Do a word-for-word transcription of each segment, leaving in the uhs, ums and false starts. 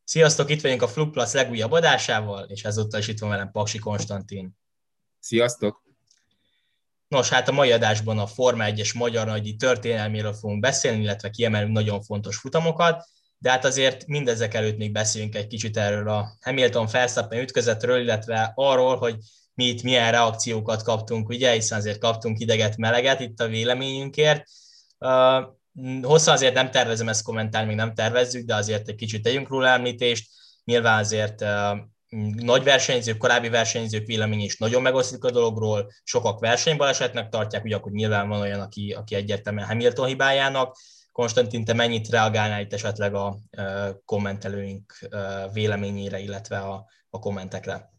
Sziasztok, itt vagyunk a Flug Plus legújabb adásával, és ezúttal is itt van velem Paksi Konstantin. Sziasztok! Nos, hát a mai adásban a Forma egyes magyar nagydíj történelméről fogunk beszélni, illetve kiemelünk nagyon fontos futamokat, de hát azért mindezek előtt még beszéljünk egy kicsit erről a Hamilton-Verstappen ütközetről, illetve arról, hogy mi itt milyen reakciókat kaptunk, ugye, hiszen azért kaptunk ideget-meleget itt a véleményünkért. Uh, Hosszan azért nem tervezem ezt kommentálni, még nem tervezzük, de azért egy kicsit tegyünk róla említést. Nyilván azért uh, nagy versenyzők, korábbi versenyzők vélemény is nagyon megoszlik a dologról, sokak versenybalesetnek tartják, ugye akkor nyilván van olyan, aki, aki egyértelműen Hamilton hibájának. Konstantin, te mennyit reagálnál itt esetleg a uh, kommentelőink uh, véleményére, illetve a, a kommentekre?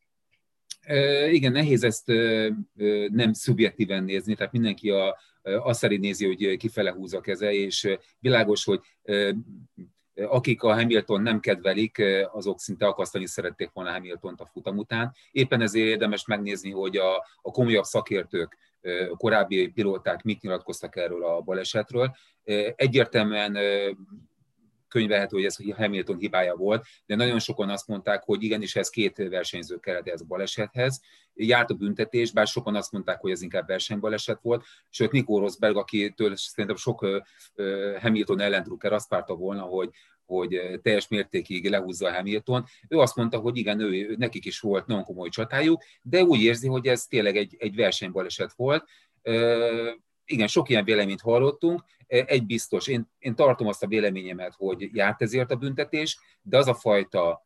Uh, igen, nehéz ezt uh, nem szubjektíven nézni, tehát mindenki a azt szerint nézi, hogy kifele húz a keze, és világos, hogy akik a Hamilton nem kedvelik, azok szinte akasztani szerették volna Hamiltont a futam után. Éppen ezért érdemes megnézni, hogy a, a komolyabb szakértők, a korábbi pilóták mit nyilatkoztak erről a balesetről. Egyértelműen könyvelhető, hogy ez Hamilton hibája volt, de nagyon sokan azt mondták, hogy igenis ez két versenyző kellett ez a balesethez. Járt a büntetés, bár sokan azt mondták, hogy ez inkább versenybaleset volt, sőt Nico Rosberg, akitől szerintem sok Hamilton ellentrukker azt várta volna, hogy, hogy teljes mértékig lehúzza a Hamilton. Ő azt mondta, hogy igen, ő, nekik is volt nagyon komoly csatájuk, de úgy érzi, hogy ez tényleg egy, egy versenybaleset volt. Igen, sok ilyen véleményt hallottunk, egy biztos, én, én tartom azt a véleményemet, hogy járt ezért a büntetés, de az a fajta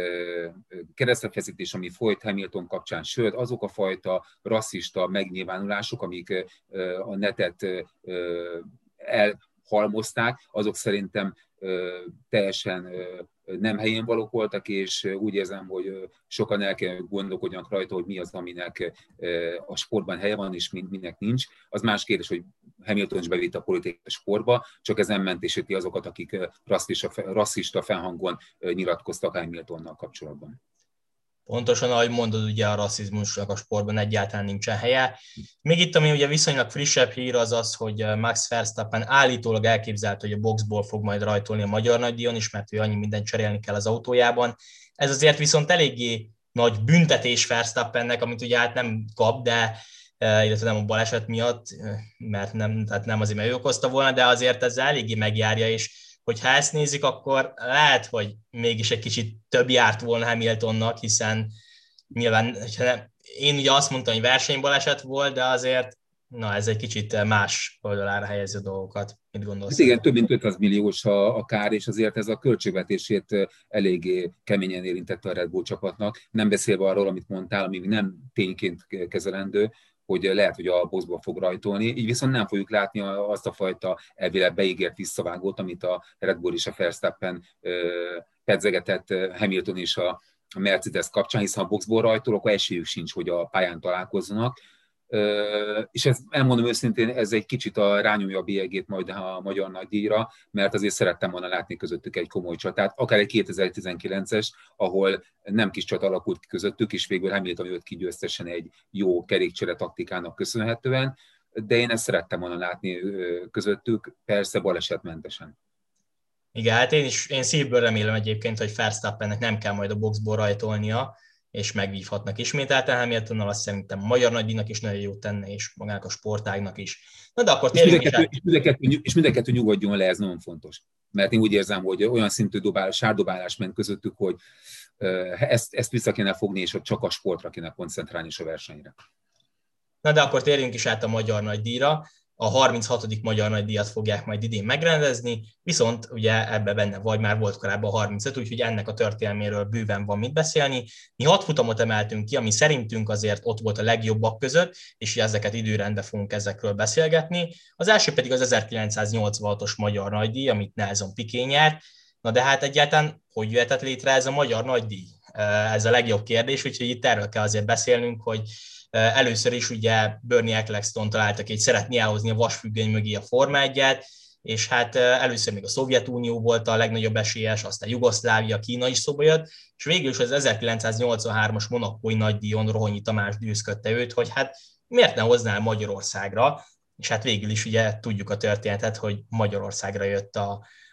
keresztrefeszítés, ami folyt Hamilton kapcsán, sőt, azok a fajta rasszista megnyilvánulások, amik ö, a netet ö, elhalmozták, azok szerintem ö, teljesen ö, nem helyén valók voltak, és úgy érzem, hogy sokan el kell gondolkodjanak rajta, hogy mi az, aminek a sportban helye van, és minek nincs. Az más kérdés, hogy Hamilton is bevitt a politikai sportba, csak ez nem mentésíti azokat, akik rasszista, rasszista felhangon nyilatkoztak Hamiltonnal kapcsolatban. Pontosan, ahogy mondod, ugye a rasszizmusnak a sportban egyáltalán nincsen helye. Még itt, ami ugye viszonylag frissebb hír, az az, hogy Max Verstappen állítólag elképzelt, hogy a boxból fog majd rajtolni a magyar nagydíjon is, mert ő annyi mindent cserélni kell az autójában. Ez azért viszont eléggé nagy büntetés Verstappennek, amit ugye hát nem kap, de illetve nem a baleset miatt, mert nem, tehát nem azért, mert ő okozta volna, de azért ezzel eléggé megjárja, és hogyha ezt nézik, akkor lehet, hogy mégis egy kicsit több járt volna Hamiltonnak, hiszen nyilván, nem, én ugye azt mondtam, hogy versenybaleset volt, de azért na, ez egy kicsit más oldalára helyező dolgokat. Mit gondolsz? Hát igen, több mint ötszáz milliós a, a kár, és azért ez a költségvetését eléggé keményen érintette a Red Bull csapatnak, nem beszélve arról, amit mondtál, ami nem tényként kezelendő, hogy lehet, hogy a boxból fog rajtolni, így viszont nem fogjuk látni azt a fajta elvileg beígért visszavágót, amit a Red Bull és a Verstappen pedzegetett Hamilton és a Mercedes kapcsán, hiszen a boxból rajtol, akkor esélyük sincs, hogy a pályán találkozzanak. És ezt elmondom őszintén, ez egy kicsit a rányomja a bélyegét majd a magyar nagydíjra, mert azért szerettem volna látni közöttük egy komoly csatát, akár egy kétezer-tizenkilences, ahol nem kis csata alakult ki közöttük, és végül Hamilton jött ki győztesen egy jó kerékcsere taktikának köszönhetően, de én ezt szerettem volna látni közöttük, persze balesetmentesen. Igen, hát én is én szívből remélem egyébként, hogy Verstappennek nem kell majd a boxból rajtolnia, és megvívhatnak ismételten Hamiltonnal, azt szerintem a magyar nagydíjnak is nagyon jót tenne, és magának a sportágnak is. Na de akkor térjünk is át. És mind a kettő nyugodjon le, ez nagyon fontos. Mert én úgy érzem, hogy olyan szintű dobálás, sárdobálás ment közöttük, hogy ezt, ezt vissza kéne fogni, és hogy csak a sportra kéne koncentrálni, és a versenyre. Na de akkor térjünk is át a magyar nagydíjra. A harminchatodik magyar nagydíjat fogják majd idén megrendezni, viszont ugye ebbe benne vagy már volt korábban harmincöt, úgyhogy ennek a történelméről bőven van mit beszélni. Mi hat futamot emeltünk ki, ami szerintünk azért ott volt a legjobbak között, és ezeket időrendben fogunk ezekről beszélgetni. Az első pedig az ezerkilencszáznyolcvanhatos magyar nagydíj, amit Nelson Piquet nyert. Na de hát egyáltalán hogy jöhetett létre ez a magyar nagydíj? Ez a legjobb kérdés, úgyhogy itt erről kell azért beszélnünk, hogy először is ugye Bernie Ecclestone találtak, hogy szeretné elhozni a vasfüggöny mögé a Forma egyet, és hát először még a Szovjetunió volt a legnagyobb esélyes, aztán Jugoszlávia, Kína is szóba jött, és végül is az ezerkilencszáznyolcvanhármas monakói nagydíjon Rohonyi Tamás győzködte őt, hogy hát miért ne hoznál Magyarországra, és hát végül is ugye tudjuk a történetet, hogy Magyarországra jött a,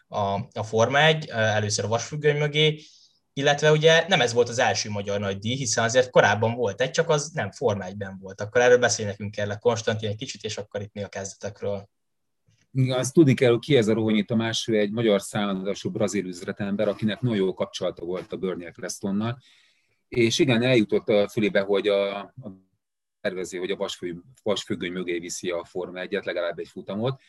a, a Forma egy, először a vasfüggöny mögé, illetve ugye nem ez volt az első magyar nagydíj, hiszen azért korábban volt egy, csak az nem Forma egyben volt. Akkor erről beszélj nekünk kell Konstantin egy kicsit, és akkor itt még a kezdetekről. Igen, azt tudni kell, hogy ki ez a Rohonyi Tamás, ő egy magyar származású brazil üzletember, akinek nagyon jó kapcsolata volt a Bernie Ecclestonnal, és igen, eljutott a fülébe, hogy a, a tervezi, hogy a vasfüggöny, vasfüggöny mögé viszi a Forma egyet, legalább egy futamot.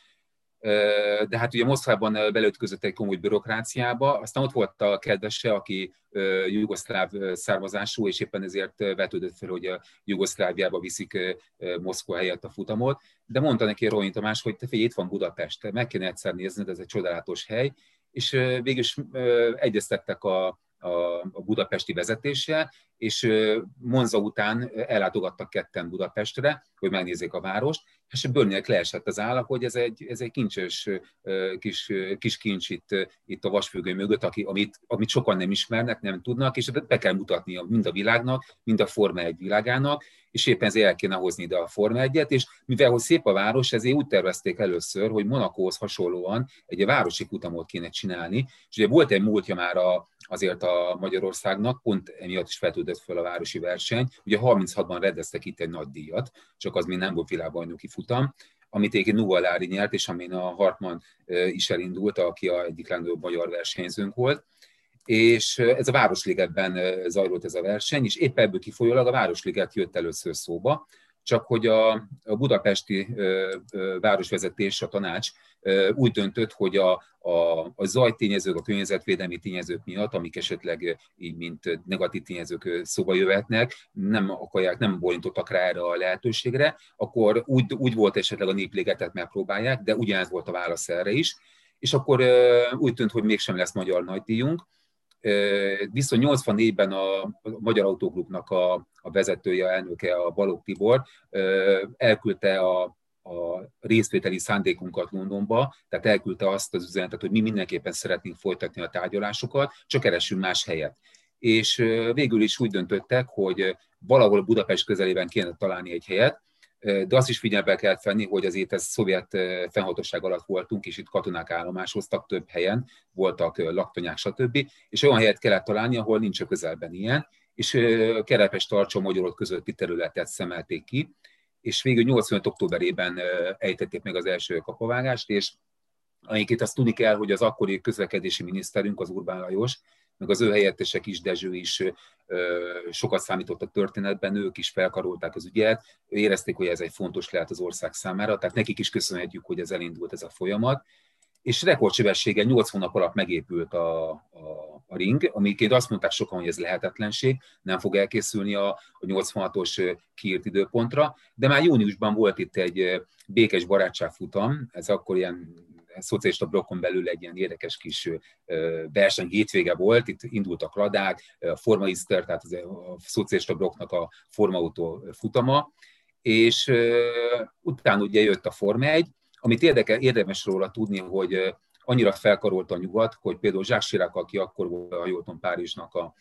De hát ugye Moszkvában belütközött egy komoly bürokráciába, aztán ott volt a kedvese, aki jugoszláv származású, és éppen ezért vetődött fel, hogy a Jugoszláviába viszik Moszkva helyett a futamot, de mondta neki Rohonyi Tamás, hogy te figyelj, itt van Budapest, meg kéne egyszer nézned, ez egy csodálatos hely, és végül is egyeztettek a a budapesti vezetéssel, és Monza után ellátogattak ketten Budapestre, hogy megnézzék a várost, és Bernie-nek leesett az álla, hogy ez egy, ez egy kincses kis, kis kincs itt, itt a vasfüggöny mögött, aki, amit, amit sokan nem ismernek, nem tudnak, és be kell mutatnia mind a világnak, mind a Forma egy világának, és éppen ezért el kéne hozni ide a Forma egyet, és mivel hogy szép a város, ezért úgy tervezték először, hogy Monakóhoz hasonlóan egy városi futamot kéne csinálni, és ugye volt egy múltja már a, azért a Magyarországnak, pont emiatt is feltődött föl a városi verseny, ugye harminchatban rendeztek itt egy nagy díjat, csak az még nem volt világbajnoki futam, amit egyébként Nuvalári nyert, és amin a Hartmann is elindult, aki a egyik legnagyobb magyar versenyzőnk volt, és ez a Városligetben zajlott ez a verseny, és épp ebből kifolyólag a Városliget jött először szóba, csak hogy a, a budapesti ö, ö, városvezetés, a tanács ö, úgy döntött, hogy a, a, a zajtényezők, a környezetvédelmi tényezők miatt, amik esetleg így mint negatív tényezők szóba jöhetnek, nem akarják, nem borítottak rá erre a lehetőségre, akkor úgy, úgy volt esetleg a Népligetet megpróbálják, de ugyanez volt a válasz erre is, és akkor ö, úgy tűnt, hogy mégsem lesz magyar nagydíjunk. Viszont nyolcvannégyben a Magyar Autóklubnak a, a vezetője, elnöke, a Balogh Tibor elküldte a, a részvételi szándékunkat Londonba, tehát elküldte azt az üzenetet, hogy mi mindenképpen szeretnénk folytatni a tárgyalásokat, csak keressünk más helyet. És végül is úgy döntöttek, hogy valahol Budapest közelében kéne találni egy helyet, de azt is figyelbe kellett venni, hogy azért ez szovjet fennhatóság alatt voltunk, és itt katonák állomásoztak több helyen, voltak laktanyák, stb. És olyan helyet kellett találni, ahol nincs a közelben ilyen, és Kerepes, Tarcsa, Magyaród közötti területet szemelték ki, és végül nyolcvanöt októberében ejtették meg az első kapavágást, és amiket azt tudni kell, hogy az akkori közlekedési miniszterünk, az Urbán Lajos, meg az ő helyettese Kis Dezső is ö, sokat számított a történetben, ők is felkarolták az ügyet, érezték, hogy ez egy fontos lehet az ország számára, tehát nekik is köszönhetjük, hogy ez elindult ez a folyamat. És rekordsebességgel nyolc hónap alatt megépült a, a, a ring, amiket azt mondták sokan, hogy ez lehetetlenség, nem fog elkészülni a, a nyolcvanhatos kiírt időpontra, de már júniusban volt itt egy békés barátságfutam, ez akkor ilyen szocialista blokkon belül egy ilyen érdekes kis verseny hétvége volt, itt indultak ladák, a Forma Easter, tehát a szocialista blokknak a formautó futama, és utána ugye jött a Forma egy, amit érdekel, érdemes róla tudni, hogy annyira felkarolta a nyugat, hogy például Jacques Chirac, aki akkor volt a Hajóton Párizsnak a,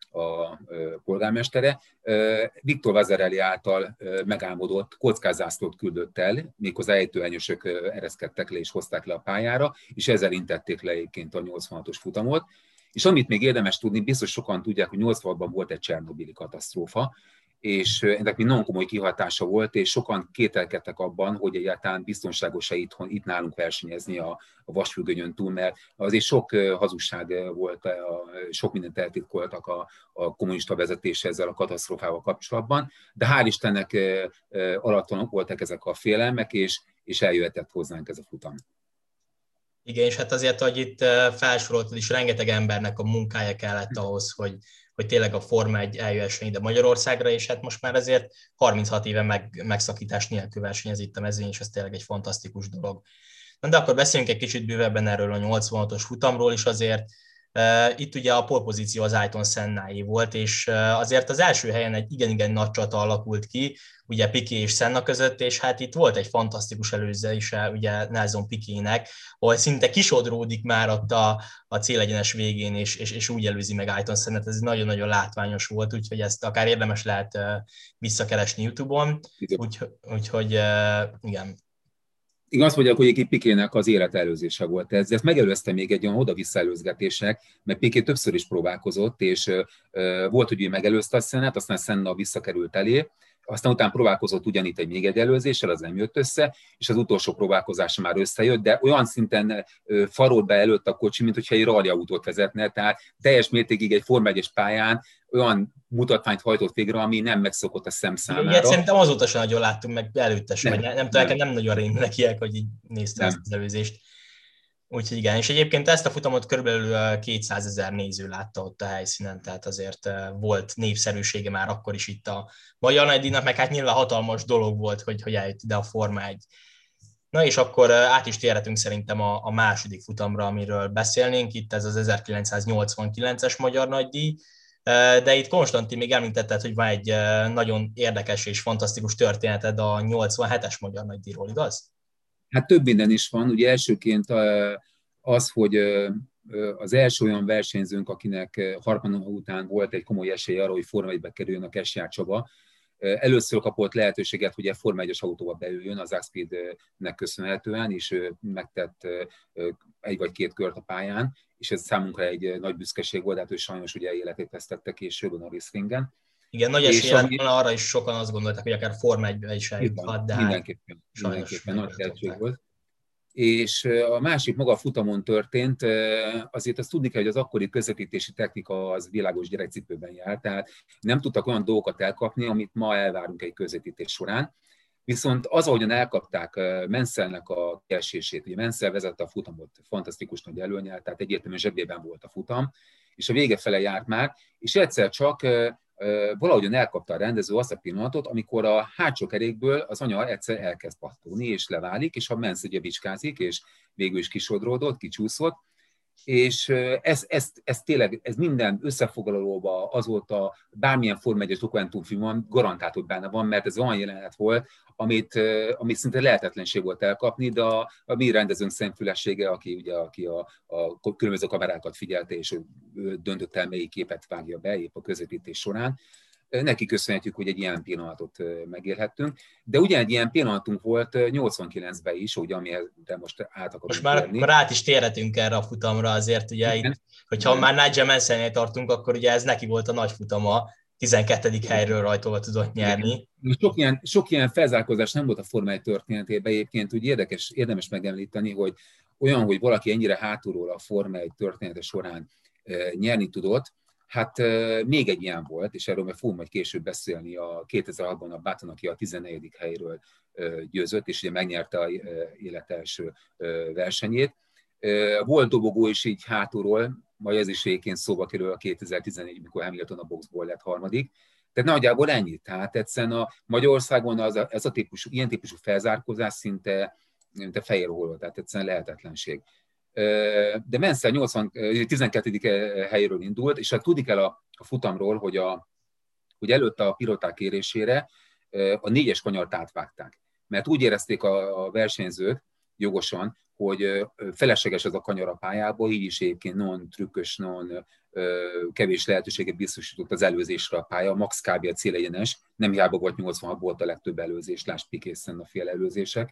a polgármestere, Viktor Vazarely által megálmodott kockázászlót küldött el, méghozzá ejtőernyősök ereszkedtek le és hozták le a pályára, és ezzel intették le egyébként a nyolcvanhatos futamot. És amit még érdemes tudni, biztos sokan tudják, hogy nyolcvanhatban volt egy csernobili katasztrófa, és ennek még nagyon komoly kihatása volt, és sokan kételkedtek abban, hogy egyáltalán biztonságos-e itthon, itt nálunk versenyezni a, a vasfüggönyön túl, mert azért sok hazugság volt, a, sok mindent eltitkoltak a, a kommunista vezetése ezzel a katasztrófával kapcsolatban, de hál' Istennek alatlanok voltak ezek a félelmek, és, és eljöhetett hozzánk ez a futam. Igen, és hát azért, hogy itt felsoroltad is, rengeteg embernek a munkája kellett ahhoz, hogy, hogy tényleg a Forma egy eljöhessen ide Magyarországra, és hát most már azért harminchat éve meg, megszakítás nélkül versenyez itt a mezőny, és ez tényleg egy fantasztikus dolog. Na, de akkor beszéljünk egy kicsit bővebben erről a nyolcvanhatos futamról is azért. Itt ugye a polpozíció az Ayrton Sennáé volt, és azért az első helyen egy igen-igen nagy csata alakult ki, ugye Piquet és Senna között, és hát itt volt egy fantasztikus előzése ugye Nelson Piquetnek, ahol szinte kisodródik már ott a, a célegyenes végén, és, és, és úgy előzi meg Ayrton Sennát, ez nagyon-nagyon látványos volt, úgyhogy ezt akár érdemes lehet visszakeresni YouTube-on, úgyhogy úgy, igen. Igen, azt mondják, hogy Piquének az élet előzése volt ez. Ezt megelőzte még egy olyan oda-vissza előzgetésnek, mert Piqué többször is próbálkozott, és uh, volt, hogy ő megelőzte a Sennát, aztán Senna visszakerült elé, aztán utána próbálkozott ugyanitt egy még egy előzéssel, az nem jött össze, és az utolsó próbálkozása már összejött, de olyan szinten uh, farolt be előtt a kocsi, mint hogyha egy rallyautót vezetne, tehát teljes mértékig egy Forma egyes pályán olyan mutatványt hajtott végre, ami nem megszokott a szem számára. Ilyet szerintem azóta sem nagyon láttunk, meg előtte sem, nem, vagy nem, nem, nem, nem nagyon rémnek ilyek, hogy így nézte nem. Ezt az előzést. Úgyhogy igen, és egyébként ezt a futamot körülbelül kétszázezer néző látta ott a helyszínen, tehát azért volt népszerűsége már akkor is itt a Magyar Nagydíjnak, meg hát nyilván hatalmas dolog volt, hogy, hogy eljött ide a Forma egy. Na és akkor át is térhetünk szerintem a, a második futamra, amiről beszélnénk, itt ez az ezerkilencszáznyolcvankilences Magyar Nagydíj, de itt Konstantin még említetted, hogy van egy nagyon érdekes és fantasztikus történeted a nyolcvanhetes Magyar Nagydíjról, igaz? Hát több minden is van. Ugye elsőként az, hogy az első olyan versenyzőnk, akinek Hartmann után volt egy komoly esély arra, hogy Forma egybe kerüljön, a Kesjár Csaba, először kapott lehetőséget, hogy egy Forma egyes autóba beüljön, az Axpeednek köszönhetően, és megtett egy vagy két kört a pályán, és ez számunkra egy nagy büszkeség volt, hát ő sajnos ugye életét vesztette később a Nürburgringen. Igen, nagy esély lett volna, arra is sokan azt gondolták, hogy akár Forma egybe is eljuthat, de mindenképpen, mindenképpen nagy tehetség volt. És a másik maga a futamon történt, azért azt tudni kell, hogy az akkori közvetítési technika az világos gyerekcipőben járt, tehát nem tudtak olyan dolgokat elkapni, amit ma elvárunk egy közvetítés során. Viszont az, ahogyan elkapták Mansellnek a kiesését, ugye Mansell vezette a futamot fantasztikus nagy előnyel, tehát egyértelműen zsebében volt a futam, és a vége fele járt már, és egyszer csak valahogyan elkapta a rendező azt a pillanatot, amikor a hátsó kerékből az anya egyszer elkezd pattogni, és leválik, és a Mansell ugye bicskázik, és végül is kisodródott, kicsúszott, és ez, ez, ez tényleg, ez minden összefoglalóban azóta bármilyen Forma egyes dokumentumfilm van, garantált, hogy benne van, mert ez olyan jelenet volt, amit, amit szinte lehetetlenség volt elkapni, de a, a mi rendezőnk szemfülessége, aki, ugye, aki a, a különböző kamerákat figyelte, és döntött el, melyik képet vágja be épp a közvetítés során, neki köszönhetjük, hogy egy ilyen pillanatot megélhettünk, de ugyan egy ilyen pillanatunk volt nyolcvankilencben is, ugye, amire most át akarunk Most már térni. akkor át is térhetünk erre a futamra, azért ugye igen, itt, hogyha igen. már Nigel Mansellnél tartunk, akkor ugye ez neki volt a nagy futama, tizenkettedik helyről rajtól tudott nyerni. Sok ilyen, sok ilyen felzárkózás nem volt a Forma egy történetében, egyébként úgy érdekes, érdemes megemlíteni, hogy olyan, hogy valaki ennyire hátulról a Forma egy története során e, nyerni tudott. Hát e, még egy ilyen volt, és erről meg fogunk majd később beszélni, a kétezer-hatban a Button, aki a tizennegyedik helyről e, győzött, és ugye megnyerte a e, élet első e, versenyét. E, volt dobogó is így hátulról, majd ez is végén szóba kerül a kétezer-tizenegy, mikor Hamilton a boxból lett harmadik. Tehát nagyjából ennyi. Tehát egyszerűen a Magyarországon az a, ez a típusú, ilyen típusú felzárkózás szinte, mint a fehér holó, tehát egyszerűen lehetetlenség. De Mansell nyolcvan, tizenkettedik helyről indult, és hát tudni kell a, a futamról, hogy, a, hogy előtte a piloták kérésére a négyes kanyart átvágták. Mert úgy érezték a, a versenyzők jogosan, hogy felesleges ez a kanyar a pályába, így is egyébként non trükkös, non kevés lehetőséget biztosított az előzésre a pálya, max kb. A célegyenes, nem hiába volt nyolcvanhat, volt a legtöbb előzés, láss Piqué Senna féle előzések.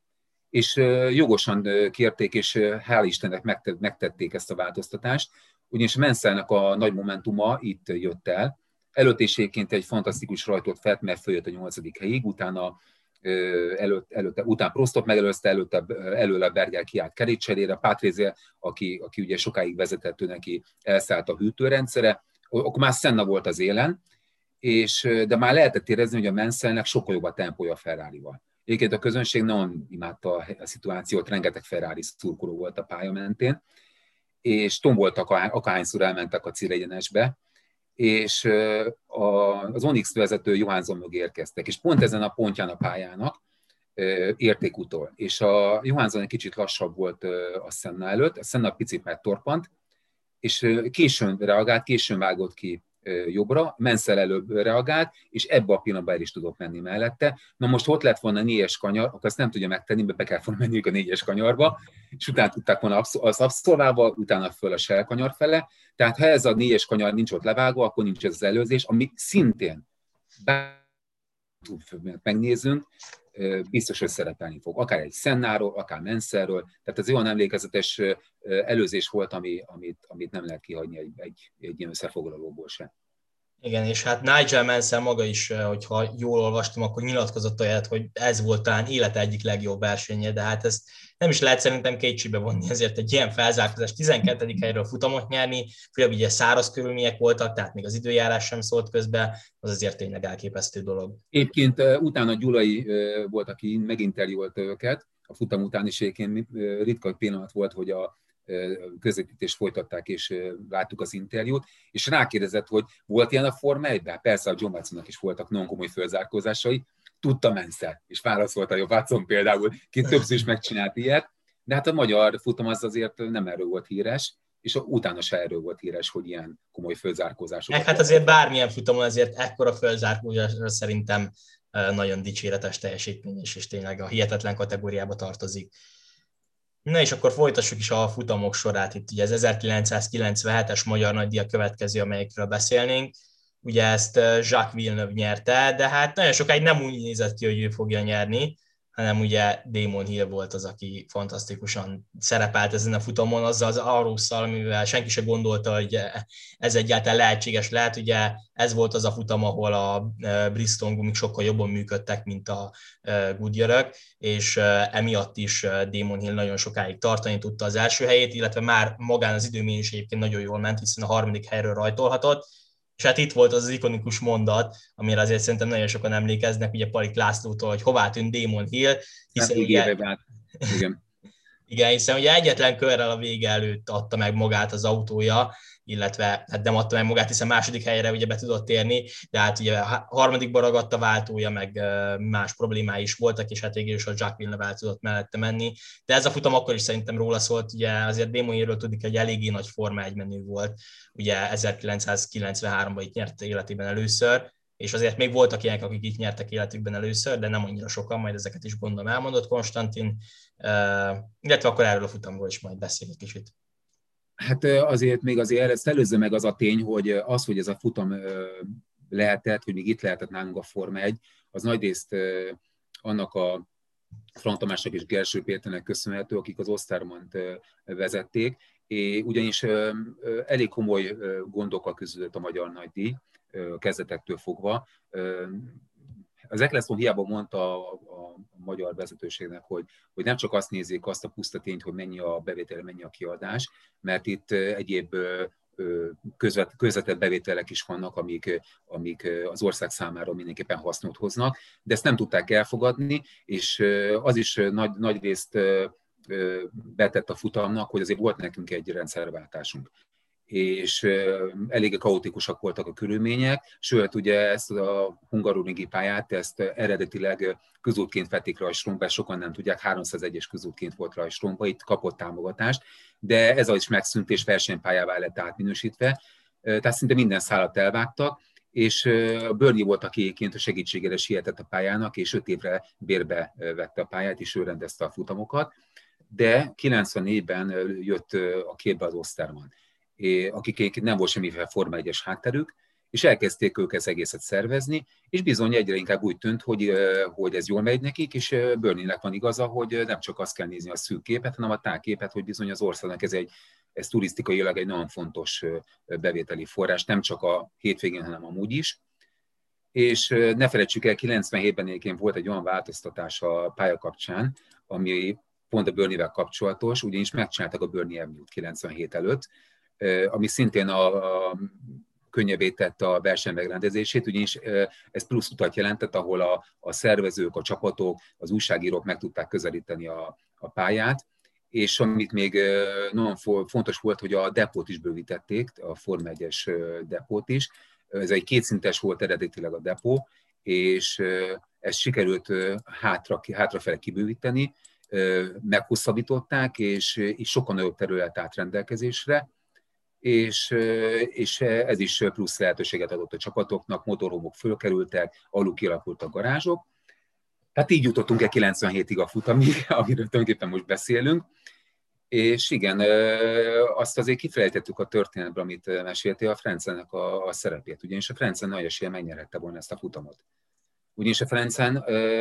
És jogosan kérték, és hál' Istennek megtették ezt a változtatást, ugyanis Mansellnek a nagy momentuma itt jött el. Előtt is egyébként egy fantasztikus rajtot fett, mert följött a nyolcadik helyig, utána Előtt, előtte, után Prostot megelőzte, előtte, előle Berger kiállt kerékcserére, Patrese, aki, aki ugye sokáig vezetett, ő neki elszállt a hűtőrendszere, akkor már Senna volt az élen, és, de már lehetett érezni, hogy a Mansellnek sokkal jobb a tempója a Ferrarival. Egyébként a közönség nagyon imádta a szituációt, rengeteg Ferrari szurkoló volt a pálya mentén, és tomboltak, akárhányszor elmentek a célegyenesbe, és az Onyx vezető Johansson mögé érkeztek, és pont ezen a pontján a pályának érték utol. És a Johansson egy kicsit lassabb volt a Senna előtt, a Senna picit megtorpant, és későn reagált, későn vágott ki jobbra, Mansell előbb reagált, és ebbe a pillanatban el is tudott menni mellette. Na most ott lett volna a négyes kanyar, akkor azt nem tudja megtenni, mert be kell volna menniük a négyes kanyarba, és utána tudták volna az abszolválva, utána föl a shell kanyar fele. Tehát ha ez a négyes kanyar nincs ott levágva, akkor nincs ez az előzés, ami szintén bár megnézzünk, biztos, hogy szerepelni fog. Akár egy Sennáról, akár Mansellről, tehát ez olyan emlékezetes előzés volt, ami, amit, amit nem lehet kihagyni egy, egy, egy ilyen összefoglalóból sem. Igen, és hát Nigel Mansell maga is, hogyha jól olvastam, akkor nyilatkozott olyat, hogy ez volt talán élete egyik legjobb versenye, de hát ezt nem is lehet szerintem kétségbe vonni, ezért egy ilyen felzárkózás tizenkettedik helyről futamot nyerni, főleg ugye száraz körülmények voltak, tehát még az időjárás sem szólt közben, az azért tényleg elképesztő dolog. Egyébként utána Gyulai volt, aki meginterjúolta őket, a futam után is egyébként ritka pillanat volt, hogy a közvetítést folytatták, és láttuk az interjút, és rákérdezett, hogy volt ilyen a Forma egyben? Persze a John Watsonnak is voltak nagyon komoly fölzárkózásai, tudta Mansell, és válaszolta, hogy a Watson például, ki többször is megcsinált ilyet, de hát a magyar futam az azért nem erről volt híres, és utána se erről volt híres, hogy ilyen komoly fölzárkózások. Meg hát azért bármilyen futamon azért ekkora fölzárkózásra szerintem nagyon dicséretes teljesítmény, és tényleg a hihetetlen kategóriába tartozik. Na és akkor folytassuk is a futamok sorát. Itt ugye az ezerkilencszázkilencvenhetes magyar nagydíj a következő, amelyekről beszélnénk. Ugye ezt Jacques Villeneuve nyerte, de hát nagyon sokáig nem úgy nézett ki, hogy ő fogja nyerni, hanem ugye Damon Hill volt az, aki fantasztikusan szerepelt ezen a futamon, azzal az Arusszal, amivel senki se gondolta, hogy ez egyáltalán lehetséges lehet. Ugye ez volt az a futam, ahol a Bridgestone gumik sokkal jobban működtek, mint a Goodyear-ök, és emiatt is Damon Hill nagyon sokáig tartani tudta az első helyét, illetve már magán az időmérés is egyébként nagyon jól ment, hiszen a harmadik helyről rajtolhatott. És hát itt volt az az ikonikus mondat, amire azért szerintem nagyon sokan emlékeznek, ugye Palik Lászlótól, hogy hová tűnt Damon Hill, hiszen ugye, igen. igen, hiszen ugye egyetlen körrel a vége előtt adta meg magát az autója, illetve hát nem adta meg magát, hiszen második helyre ugye be tudott érni, de hát ugye harmadikba ragadt a váltója, meg más problémái is voltak, és hát végül is a Jacques Villeneuve el tudott mellette menni. De ez a futam akkor is szerintem róla szólt, ugye azért Damon Hillről tudik, hogy eléggé nagy Forma egy menő volt, ugye ezerkilencszázkilencvenháromban itt nyerte életében először, és azért még voltak ilyenek, akik itt nyertek életükben először, de nem annyira sokan, majd ezeket is gondolom elmondott Konstantin, illetve akkor erről a futamról is majd beszélünk kicsit. Hát azért még azért ezt előzze meg az a tény, hogy az, hogy ez a futam lehetett, hogy még itt lehetett nálunk a Forma egy, az nagyrészt annak a Frank Tamásnak és Gerső Péternek köszönhető, akik az Ostermann-t vezették, és ugyanis elég komoly gondokkal küzdött a magyar nagydíj, kezdetektől fogva. Az Eccleston hiába mondta a, a, a magyar vezetőségnek, hogy, hogy nem csak azt nézik, azt a puszta tényt, hogy mennyi a bevétel, mennyi a kiadás, mert itt egyéb közvet, közvetett bevételek is vannak, amik, amik az ország számára mindenképpen hasznot hoznak, de ezt nem tudták elfogadni, és az is nagy, nagy részt betett a futamnak, hogy azért volt nekünk egy rendszerváltásunk, és eléggé kaotikusak voltak a körülmények, sőt, ugye ezt a hungaroringi pályát, ezt eredetileg közútként vették rajstromba, sokan nem tudják, háromszázegyes közútként volt rajstromba, itt kapott támogatást, de ez az is megszűnt, és versenypályává lett átminősítve, tehát szinte minden szálat elvágtak, és Bernie volt, aki egyébként a segítségére sietett a pályának, és öt évre bérbe vette a pályát, és ő rendezte a futamokat, de kilencvennégyben jött a képbe az Ostermann, akik nem volt semmiféle Forma egyes hátterük, és elkezdték ők ezt egészet szervezni, és bizony egyre inkább úgy tűnt, hogy, hogy ez jól megy nekik, és Bernie-nek van igaza, hogy nem csak azt kell nézni a szűk képet, hanem a tágképet, hogy bizony az országnak ez, egy, ez turisztikailag egy nagyon fontos bevételi forrás, nem csak a hétvégén, hanem amúgy is. És ne felejtsük el, kilencvenhétben egyébként volt egy olyan változtatás a pálya kapcsán, ami pont a Bernie-vel kapcsolatos, ugyanis megcsináltak a Bernie Avenue-t kilencvenhét előtt, ami szintén a, a könnyebbé tette a verseny megrendezését, ugyanis ez plusz utat jelentett, ahol a, a szervezők, a csapatok, az újságírók meg tudták közelíteni a, a pályát, és amit még nagyon fontos volt, hogy a depót is bővítették, a Forma egyes depót is. Ez egy kétszintes volt eredetileg a depó, és ezt sikerült hátra, hátrafele kibővíteni, meghosszabbították, és, és sokkal nagyobb terület állt rendelkezésre, és, és ez is plusz lehetőséget adott a csapatoknak, motorhomok fölkerültek, alul kialakultak garázsok. Tehát így jutottunk el kilencvenhétig a futamig, amiről tulajdonképpen most beszélünk. És igen, azt azért kifejtettük a történetben, amit meséltél, a Frenzennek a, a szerepét, ugyanis a Frenzen nagy esélye megnyerhette volna ezt a futamot. Ugyanis a Ferencen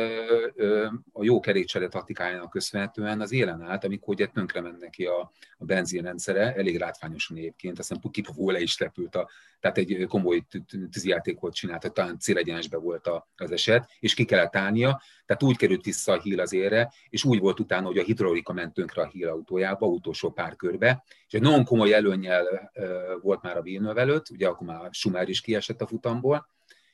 a jó kerékcsere taktikájának köszönhetően az élen állt, amikor ugye tönkre ment neki a, a benzinrendszere, elég látványosan egyébként, aztán Kipavó le is repült, a, tehát egy komoly tűzijátékot csinált, talán célegyenesben volt az eset, és ki kellett állnia, tehát úgy került vissza a Hill az érre, és úgy volt utána, hogy a hidraulika ment tönkre a Hill autójába, utolsó pár körbe, és egy nagyon komoly előnnyel volt már a Villeneuve előtt, ugye akkor már Schumacher is kiesett a futamból,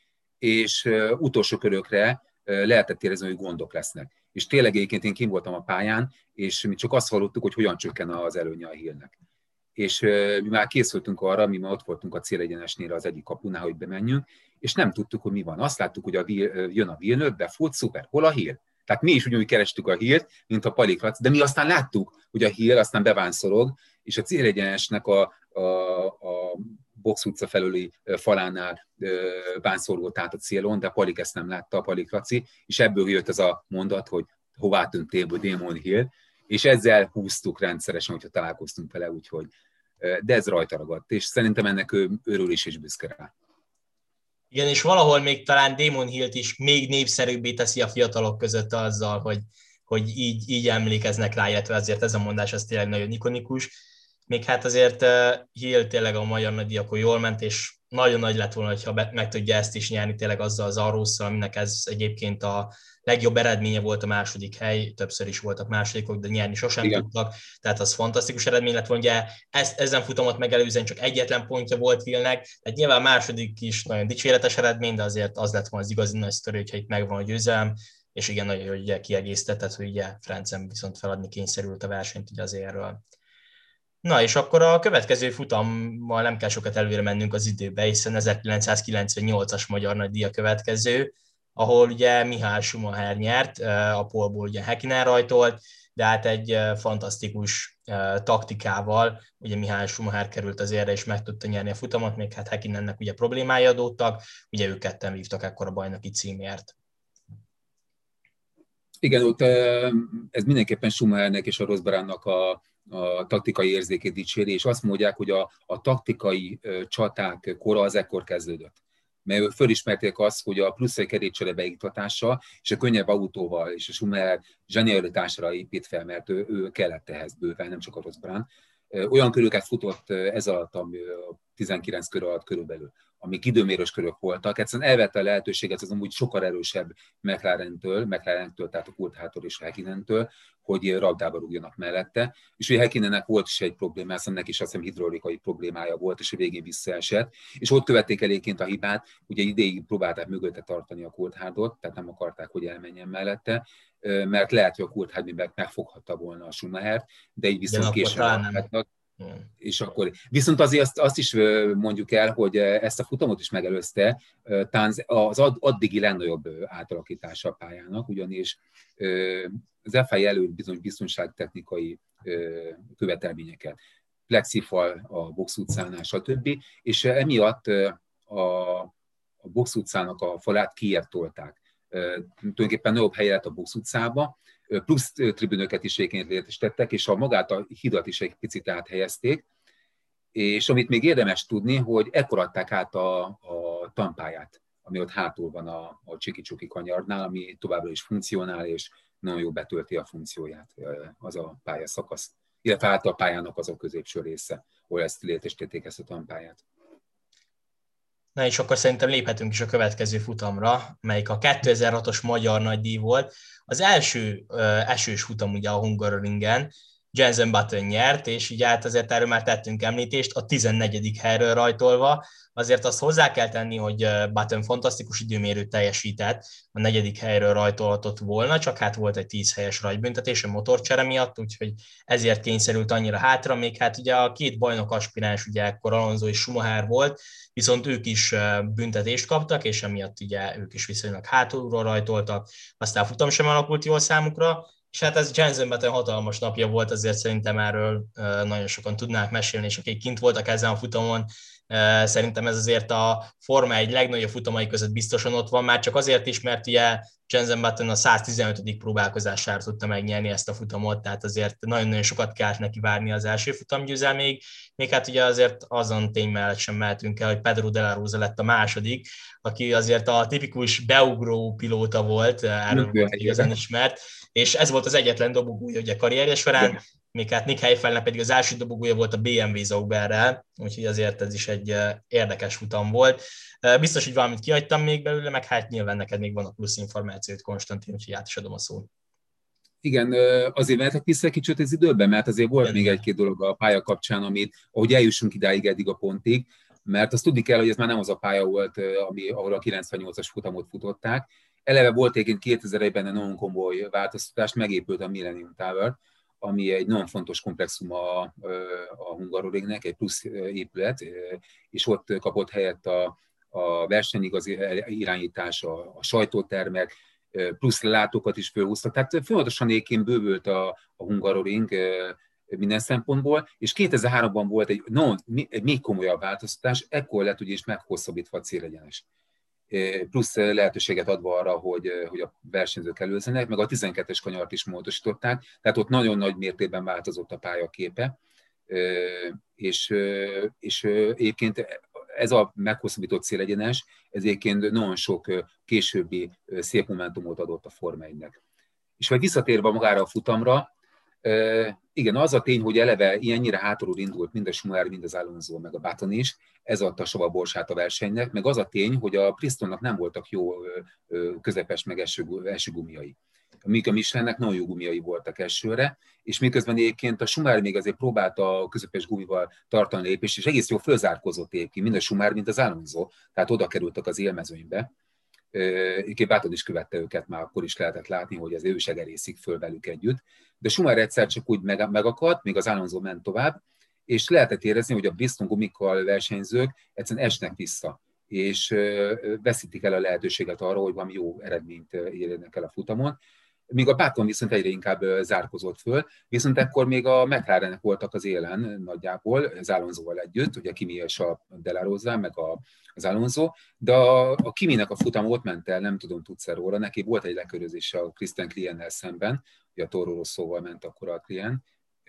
és utolsó körökre lehetett érezni, hogy gondok lesznek. És tényleg egyébként én kim voltam a pályán, és mi csak azt hallottuk, hogy hogyan csökken az előnye a Hillnek. És mi már készültünk arra, mi már ott voltunk a célegyenesnél az egyik kapunál, hogy bemenjünk, és nem tudtuk, hogy mi van. Azt láttuk, hogy a, jön a Villeneuve, befut, szuper, hol a Hill? Tehát mi is ugyanúgy kerestük a Hillt, mint a Palik Laci, de mi aztán láttuk, hogy a Hill aztán bevánszorog, és a célegyenesnek a, a, a Box utca felüli falánál vánszorgott át a célon, de Palik ezt nem látta, a Palik Laci, és ebből jött ez a mondat, hogy hová tűnt téből Damon Hill, és ezzel húztuk rendszeresen, hogyha találkoztunk vele, úgyhogy, de ez rajta ragadt, és szerintem ennek ő örül is és büszke rá. Igen, és valahol még talán Damon Hillt is még népszerűbbé teszi a fiatalok között azzal, hogy, hogy így, így emlékeznek rá, illetve azért ez a mondás az tényleg nagyon ikonikus. Még hát azért Hill tényleg a magyar nagydíj akkor jól ment, és nagyon nagy lett volna, hogyha meg tudja ezt is nyerni tényleg azzal az Arrosszal, aminek ez egyébként a legjobb eredménye volt a második hely, többször is voltak másodikok, de nyerni sosem Igen. tudtak, tehát az fantasztikus eredmény lett volna, ugye ezt, ezen futamot megelőzően csak egyetlen pontja volt Hillnek, tehát nyilván második is nagyon dicséretes eredmény, de azért az lett volna az igazi nagy sztori, hogyha itt megvan a győzelem, és igen, nagyon jó, hogy kiegészített, hogy ugye Francem viszont feladni kényszerült a versenyt ugye az érről. Na, és akkor a következő futammal nem kell sokat előre mennünk az időbe, hiszen ezerkilencszázkilencvennyolcas magyar nagydíj a következő, ahol ugye Michael Schumacher nyert, a pole-ból ugye Häkkinen rajtolt, de hát egy fantasztikus taktikával, ugye Michael Schumacher került az érre, és meg tudta nyerni a futamot, még hát Häkkinennek ugye problémái adódtak, ugye ők ketten vívtak ekkor a bajnoki címért. Igen, ott ez mindenképpen Schumachernek és a Rosbergnak a a taktikai érzékét dicséri, és azt mondják, hogy a, a taktikai csaták kora az ekkor kezdődött. Mert fölismerték azt, hogy a plusz egy kerékcsere beiktatása és a könnyebb autóval és a Schumacher zsenialitásra épít fel, mert ő, ő kellett ehhez bőven, nem csak a Rosberg. Olyan köröket futott ez alatt, a tizenkilenc kör alatt körülbelül, amik időmérős körök voltak. Egyszerűen elvette a lehetőséget az amúgy sokkal erősebb McLarentől, McLarentől, tehát a Coulthardtól és a Häkkinentől, hogy rabdába rúgjanak mellette. És ugye Häkkinennek volt is egy probléma, aztán neki is azt hiszem hidraulikai problémája volt, és a végén visszaesett. És ott követték el egyébként a hibát, ugye idéig próbálták mögötte tartani a Coulthardtot, tehát nem akarták, hogy elmenjen mellette, mert lehet, hogy a Coulthard megfoghatta volna a Schumachert, de így viszont később látnak. És akkor, viszont azért azt, azt is mondjuk el, hogy ezt a futamot is megelőzte az addigi legnagyobb átalakítása a pályának, ugyanis az ef i á előtt bizony biztonságtechnikai követelményeket, plexifal a box utcánál, stb. És emiatt a, a box utcának a falát kijebb tolták. Tulajdonképpen nagyobb helye lett a box utcába, plusz tribünöket is létesítettek, és a magát a hidat is egy picit áthelyezték, és amit még érdemes tudni, hogy ekkor adták át a, a tanpályát, ami ott hátul van a, a Csiki-Csuki kanyarnál, ami továbbra is funkcionál, és nagyon jól betölti a funkcióját az a pályaszakasz, illetve hát a pályának az a középső része, ahol ezt létesítették ezt a tanpályát. Na és akkor szerintem léphetünk is a következő futamra, melyik a kétezer-hatos magyar nagydíj volt. Az első ö, esős futam ugye a Hungaroringen, Jenson Button nyert, és így hát azért erről már tettünk említést, a tizennegyedik helyről rajtolva. Azért azt hozzá kell tenni, hogy Button fantasztikus időmérőt teljesített, a negyedik helyről rajtolhatott volna, csak hát volt egy tíz helyes rajtbüntetés a motorcsere miatt, úgyhogy ezért kényszerült annyira hátra, még hát ugye a két bajnok aspiráns, ugye ekkor Alonso és Schumacher volt, viszont ők is büntetést kaptak, és emiatt ugye ők is viszonylag hátulról rajtoltak, aztán futam sem alakult jól számukra, és hát ez Jenson Button hatalmas napja volt, azért szerintem erről nagyon sokan tudnák mesélni, és akik kint voltak ezen a futamon, szerintem ez azért a Forma egy legnagyobb futamai között biztosan ott van, már csak azért is, mert ugye Jenson Button a száztizenötödik próbálkozására tudta megnyerni ezt a futamot, tehát azért nagyon-nagyon sokat kellett neki várni az első futamgyőzelméig. Még hát ugye azért azon tény mellett sem mehetünk el, hogy Pedro de la Rosa lett a második, aki azért a tipikus beugró pilóta volt, erről volt igazán ismert, és ez volt az egyetlen dobogója ugye karrierje során, de. Még hát Nick Heidfeld pedig az első dobogója volt a bé em vé Sauberrel, úgyhogy azért ez is egy érdekes futam volt. Biztos, hogy valamit kihagytam még belőle, meg hát nyilván neked még van a plusz információt, Konstantin, úgyhogy át is adom a szót. Igen, azért mehetek vissza kicsit az időben, mert azért volt igen, még egy-két dolog a pálya kapcsán, amit, ahogy eljussunk idáig eddig a pontig, mert azt tudni kell, hogy ez már nem az a pálya volt, ami, ahol a kilencvennyolcas futamot futották. Eleve volt egyébként kétezerben egy nagyon komoly változtatás, megépült a Millennium Tower, ami egy nagyon fontos komplexum a, a Hungaroringnek, egy plusz épület, és ott kapott helyet a, a versenyigaz irányítás, a, a sajtótermek, plusz látókat is fölhúztak. Tehát folyamatosan egyébként bővült a, a Hungaroring minden szempontból, és kétezer-háromban volt egy, no, egy még komolyabb változtatás, ekkor lett ugyanis meghosszabbítva a célegyenes. Plusz lehetőséget adva arra, hogy, hogy a versenyzők előzzenek, meg a tizenkettes kanyart is módosították, tehát ott nagyon nagy mértékben változott a pályaképe, és, és egyébként ez a meghosszabbított célegyenes, ez egyébként nagyon sok későbbi szép momentumot adott a Forma egynek. És vagy visszatérve magára a futamra, igen, az a tény, hogy eleve ilyennyire hátulról indult mind a Schumacher, mind az Alonso, meg a Button is, ez adta a savaborsát a versenynek, meg az a tény, hogy a Bristolnak nem voltak jó közepes meg első gumiai. Míg a Michelinnek nagyon jó gumiai voltak elsőre, és miközben egyébként a Schumacher még azért próbálta a közepes gumival tartani a lépést, és egész jól fölzárkozott egyébként, mind a Schumacher, mind az Alonso, tehát oda kerültek az élmezőnybe. Egyébként Button is követte őket, már akkor is lehetett látni, hogy az ő is egerészik föl velük együtt. De Schumacher egyszer csak úgy megakadt, még az Alonso ment tovább, és lehetett érezni, hogy a Bristol gumikkal versenyzők egyszerűen esnek vissza, és veszítik el a lehetőséget arra, hogy valami jó eredményt érjenek el a futamon. Míg a Button viszont egyre inkább zárkozott föl, viszont ekkor még a McLarenek voltak az élen nagyjából, az Alonsoval együtt, ugye Kimi és a De La Rosa, meg a, az Alonso, de a, a Kiminek a futam ott ment el, nem tudom, tudsz róla, neki volt egy lekörözése a Christian Kliennel szemben, ugye a Toro Rosszóval ment akkor a Klien,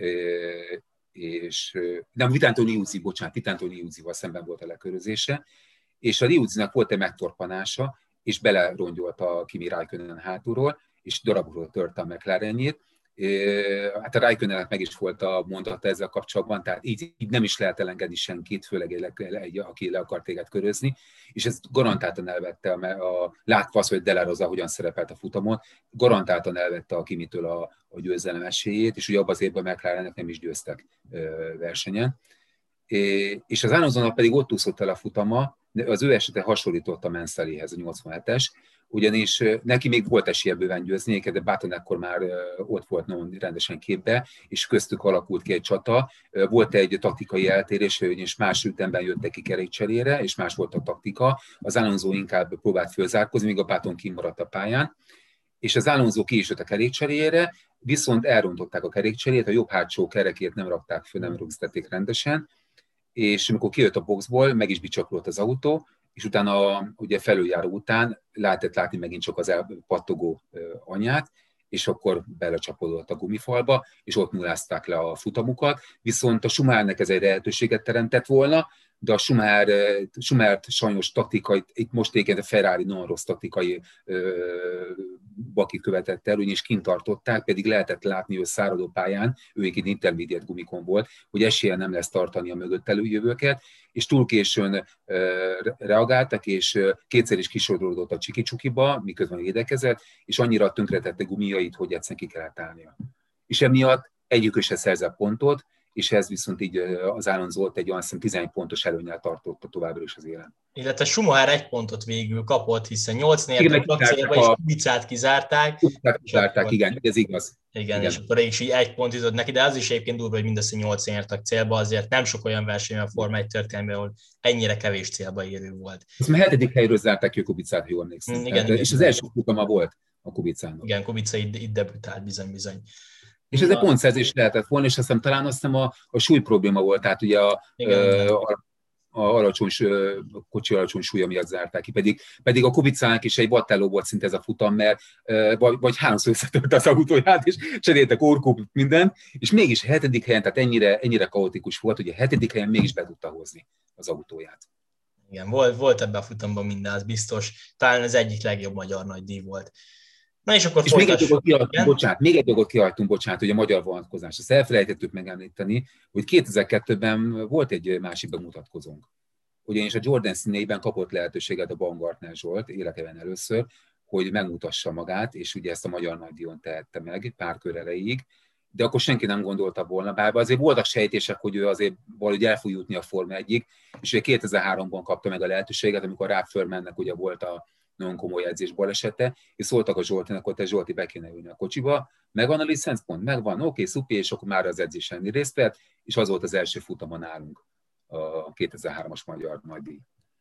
és nem, Vitánto Liuzzi, bocsánat, Vitánto Liuzzival szemben volt a lekörözése, és a Liuzzinak volt egy megtorpanása, és belerongyolta a Kimi Räikkönen hátulról, és darabokról törte a McLarenjét. Hát a Räikkönennek meg is volt a mondata ezzel kapcsolatban, tehát így, így nem is lehet elengedni senkit, főleg egy, egy, aki le akar téged körözni, és ezt garantáltan elvette, a, a, látva az, hogy De La Rosa hogyan szerepelt a futamon, garantáltan elvette a Kimitől a, a győzelem esélyét, és ugye abban az évben a McLarennek nem is győztek ö, versenyen. É, és az Alonsónak pedig ott úszott el a futama, de az ő esete hasonlított a Manselléhez, a nyolcvanhetes, ugyanis neki még volt esélye bőven győzni, de Button ekkor már ott volt nagyon rendesen képbe, és köztük alakult ki egy csata. Volt egy taktikai eltérés, és más ütemben jöttek ki kerékcserére, és más volt a taktika. Az Alonso inkább próbált fölzárkozni, míg a Button kimaradt a pályán, és az Alonso ki is jött a kerékcserére, viszont elrontották a kerékcserét, a jobb hátsó kerekét nem rakták föl, nem rögzítették rendesen, és amikor kijött a boxból, meg is bicsaklott az autó, és utána ugye felüljáró után lehetett látni megint csak az elpattogó anyját, és akkor belecsapódott a gumifalba, és ott nullázták le a futamukat, viszont a Schumachernek ez egy lehetőséget teremtett volna, de a Schumacher, Schumachert sajnos taktikai, itt most egyébként a Ferrari nagyon rossz taktikai bakit követett el, ugyanis kint tartották, pedig lehetett látni, hogy száradó pályán, ő egy intermediate gumikon volt, hogy esélye nem lesz tartani a mögött előjövőket, és túl későn reagáltak, és kétszer is kisodródott a csiki-csukiba, miközben védekezett, és annyira tönkretette gumiait, hogy egyszerűen ki kellett állnia. És emiatt egyikük se szerzett pontot, és ez viszont így az Alonso egy olyan tizenegy pontos előnnyel tartotta továbbra is az élen. Illetve Schumacher egy pontot végül kapott, hiszen nyolc nyertek célba, és Kubicát kizárták. Kubicát kizárták, igen, ez igaz. Igen, igen, és akkor is így egy pont jutott neki, de az is egyébként durva, hogy mindössze nyolc nyertek célba, azért nem sok olyan verseny a Forma egy történelmében, ahol ennyire kevés célba érő volt. Ezt már hetedik helyről zárták ki a Kubicát, jól emlékszem. Mm, igen, és az első futama volt a Kubicának. Igen, Kubica itt, itt debütált bizony-bizony. És ez egy pontszerzés lehetett volna, és azt hiszem talán azt hiszem a, a súly probléma volt, tehát ugye a, igen, a, a alacsony, kocsi alacsony súlya miatt zárták ki, pedig, pedig a Kubicának is egy Vatteló volt szinte ez a futam, mert vagy, vagy háromszor összetörte az autóját, és cseréltek orkóp, minden, és mégis a hetedik helyen, tehát ennyire, ennyire kaotikus volt, hogy a hetedik helyen mégis be tudta hozni az autóját. Igen, volt, volt ebben a futamban minden, az biztos. Talán az egyik legjobb magyar nagydíj volt. Na és akkor és még egy dolgot kihagytunk, bocsánat, még egy dolgot kihagytunk, bocsánat, hogy a magyar vonatkozás. Azt elfelejtettük megemlíteni, hogy kétezer-kettőben volt egy másik bemutatkozónk. Ugyanis a Jordan színeiben kapott lehetőséget a Baumgartner Zsolt életében először, hogy megmutassa magát, és ugye ezt a magyar nagydíjon tehette meg pár kör erejéig, de akkor senki nem gondolta volna, bár azért voltak sejtések, hogy ő azért valahogy el fog jutni a Forma egyig, és ugye kétezer-háromban kapta meg a lehetőséget, amikor Ralph Furmannek ugye volt a nagyon komoly edzés balesete, és szóltak a Zsoltinak, hogy te Zsolti, be kéne ülni a kocsiba, megvan a licenszpont, megvan, oké, okay, szupi, és akkor már az edzésen részt vett, és az volt az első futama nálunk a kétezer-hármas magyar nagydíj.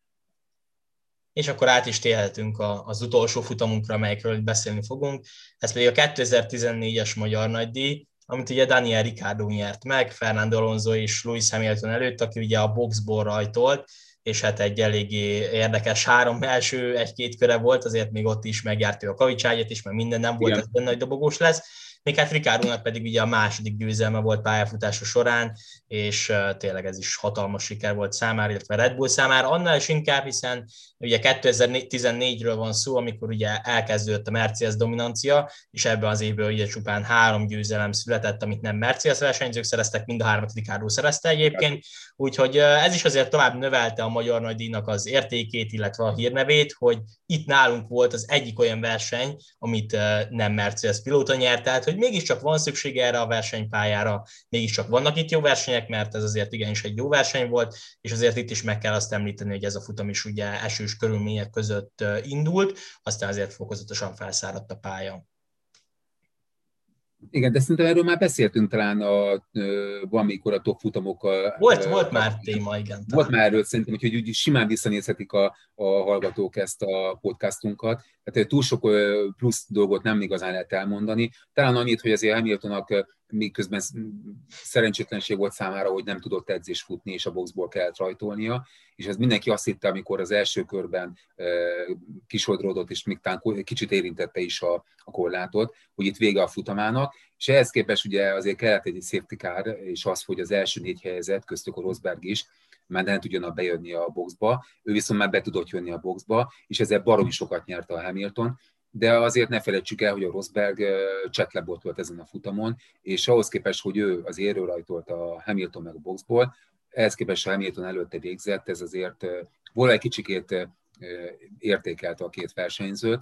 És akkor át is térhetünk az utolsó futamunkra, amelyekről beszélni fogunk. Ez pedig a kétezer-tizennégyes magyar nagydíj, amit ugye Daniel Ricciardo nyert meg, Fernando Alonso és Lewis Hamilton előtt, aki ugye a boxból rajtolt, és hát egy eléggé érdekes három első egy-két köre volt, azért még ott is megjárta a kavicságyat is, mert minden nem volt, ez nagy dobogós lesz. Még hát Ricciardónak pedig ugye a második győzelme volt pályafutása során, és uh, tényleg ez is hatalmas siker volt számára, illetve Red Bull számára, annál is inkább, hiszen ugye kétezer-tizennégyről van szó, amikor ugye elkezdődött a Mercedes dominancia, és ebben az évben ugye csupán három győzelem született, amit nem Mercedes versenyzők szereztek, mind a hármat Ricciardo szerezte egyébként, úgyhogy uh, ez is azért tovább növelte a magyar nagydíjnak az értékét, illetve a hírnevét, hogy itt nálunk volt az egyik olyan verseny, amit uh, nem Mercedes pilóta nyert, tehát hogy mégiscsak van szükség erre a versenypályára, mégiscsak vannak itt jó versenyek, mert ez azért igenis egy jó verseny volt, és azért itt is meg kell azt említeni, hogy ez a futam is ugye esős körülmények között indult, aztán azért fokozatosan felszáradt a pálya. Igen, de szerintem erről már beszéltünk talán a, valamikor a top futamokkal. Volt, volt már téma, igen. Volt már erről szerintem, hogy úgy simán visszanézhetik a, a hallgatók ezt a podcastunkat. Tehát túl sok plusz dolgot nem igazán lehet elmondani. Talán annyit, hogy azért Hamiltonnak miközben szerencsétlenség volt számára, hogy nem tudott edzés futni, és a boxból kellett rajtolnia, és ez mindenki azt hitte, amikor az első körben kisodródott, és még talán kicsit érintette is a, a korlátot, hogy itt vége a futamának, és ehhez képest ugye azért kellett egy safety car, és az, hogy az első négy helyezett, köztük a Rosberg is, már nem tudjon bejönni a boxba, ő viszont már be tudott jönni a boxba, és ezzel baromi sokat nyerte a Hamilton, de azért ne felejtsük el, hogy a Rosberg csetlebot volt ezen a futamon, és ahhoz képest, hogy ő az érő rajtolt a Hamilton meg a boxból, ehhez képest a Hamilton előtte végzett, ez azért volna egy kicsikét értékelte a két versenyzőt,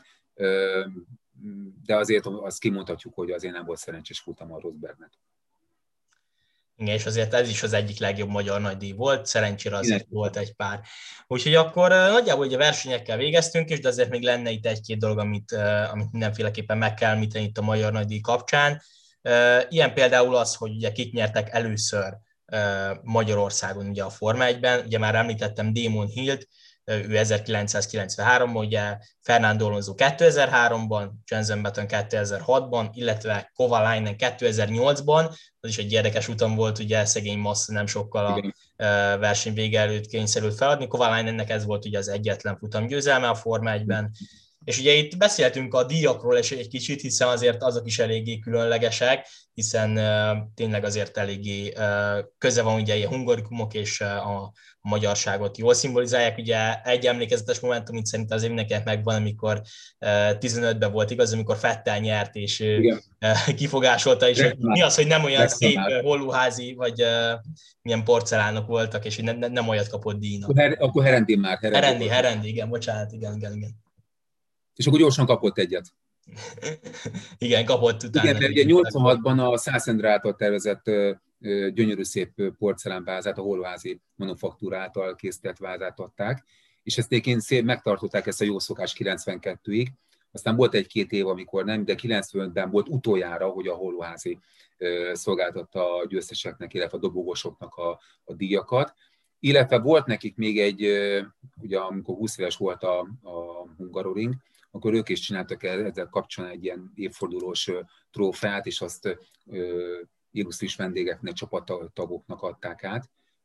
de azért azt kimondhatjuk, hogy azért nem volt szerencsés futam a Rosbergnek. Igen, és azért ez is az egyik legjobb magyar nagydíj volt, szerencsére azért igen, volt egy pár. Úgyhogy akkor nagyjából ugye a versenyekkel végeztünk is, de azért még lenne itt egy-két dolog, amit, amit mindenféleképpen meg kell említeni itt a magyar nagydíj kapcsán. Ilyen például az, hogy ugye kik nyertek először Magyarországon ugye a Forma egyben, ugye már említettem Damon Hillt, ő ezerkilencszázkilencvenháromban, ugye Fernando Alonso kétezer-háromban, Jenson Button kétezer-hatban, illetve Kovalainen kétezer-nyolcban, az is egy érdekes utam volt, ugye szegény Massa nem sokkal a igen. verseny vége előtt kényszerült feladni, Kovalainennek ez volt ugye az egyetlen futam győzelme a Forma egyben, és ugye itt beszéltünk a díjakról is egy kicsit, hiszen azért azok is eléggé különlegesek, hiszen uh, tényleg azért eléggé uh, köze van ugye a hungarikumok és uh, a magyarságot jól szimbolizálják. Ugye egy emlékezetes momentum, amit szerintem azért mindenkinek megvan, amikor uh, tizenötben volt igaz, amikor Vettel nyert, és uh, kifogásolta is, hogy mi az, hogy nem olyan szép uh, hollóházi, vagy uh, milyen porcelánok voltak, és ne, ne, nem olyat kapott díjnak. Akkor Herendi már. Herendi, Herendi, igen, bocsánat, igen, igen, igen. És akkor gyorsan kapott egyet. Igen, kapott utána. Igen, mert ugye nyolcvanhatban a Szászendre által tervezett gyönyörű szép porcelánvázát, a hollóházi manufaktúra által készített vázát adták, és ezt egyébként szép megtartották ezt a jó szokás kilencvenkettőig. Aztán volt egy-két év, amikor nem, de kilencvenötben volt utoljára, hogy a hollóházi szolgáltatta a győzteseknek, illetve a dobogósoknak a, a díjakat. Illetve volt nekik még egy, ugye amikor húsz éves volt a, a Hungaroring, akkor ők is csináltak ezzel kapcsolatban egy ilyen évfordulós trófeát, és azt illusztris vendégeknek, csapattagoknak adták át.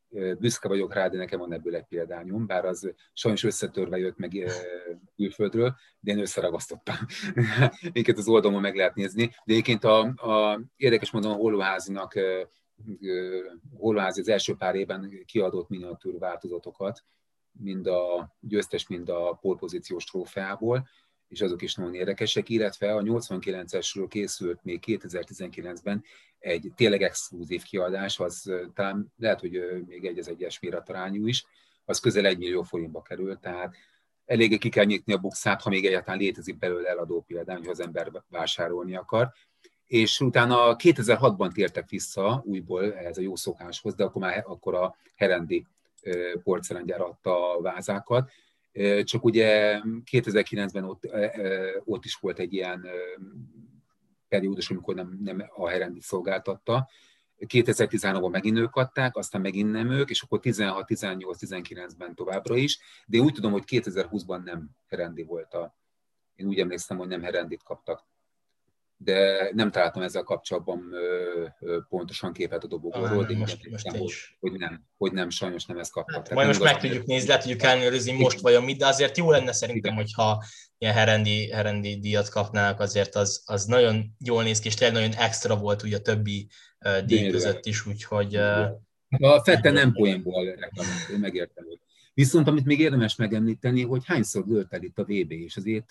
büszke vagyok rá, de nekem van ebből egy példányom, bár az sajnos összetörve jött meg külföldről, de én összeragasztottam. Minket az oldalon meg lehet nézni. De egyébként a, a, érdekes mondom, a Hollóházinak Hollóházi az első pár évben kiadott miniatűr változatokat, mind a győztes, mind a pólpozíciós trófeából, és azok is nagyon érdekesek, illetve a nyolcvankilencesről készült még kétezer-tizenkilencben egy tényleg exkluzív kiadás, az talán lehet, hogy még egy az egyes méretarányú is, az közel egy millió forintba került, tehát eléggé ki kell nyitni a bukszát, ha még egyáltalán létezik belőle eladó példány, hogy az ember vásárolni akar. És utána kétezer-hatban tértek vissza újból ez a jó szokáshoz, de akkor már akkor a Herendi porcelángyár adta a vázákat. Csak ugye kétezer-kilencben ott, ott is volt egy ilyen periódus, amikor nem, nem a Herendi szolgáltatta. kétezer-tizenháromban megint ők adták, aztán megint nem ők, és akkor tizenhat, tizennyolc, tizenkilencben továbbra is. De úgy tudom, hogy kétezer-húszban nem Herendi volt a... Én úgy emlékszem, hogy nem Herendit kaptak. De nem találtam ezzel kapcsolatban ö, ö, pontosan képet a dobogóról, de most, most hogy, hogy, nem, hogy nem, sajnos nem ezt kaptak. Hát, majd most meg tudjuk nézni, le tudjuk ellenőrizni most vajon mit, de azért jó lenne szerintem, igen, hogyha ilyen Herendi, Herendi díjat kapnának, azért az, az nagyon jól néz ki, és tényleg nagyon extra volt ugye a többi uh, díj Dényre. között is, úgyhogy... Uh, a Fette nem poénból reklamált, én megértem. Viszont amit még érdemes megemlíteni, hogy hányszor dőlt el itt a vé bé, és azért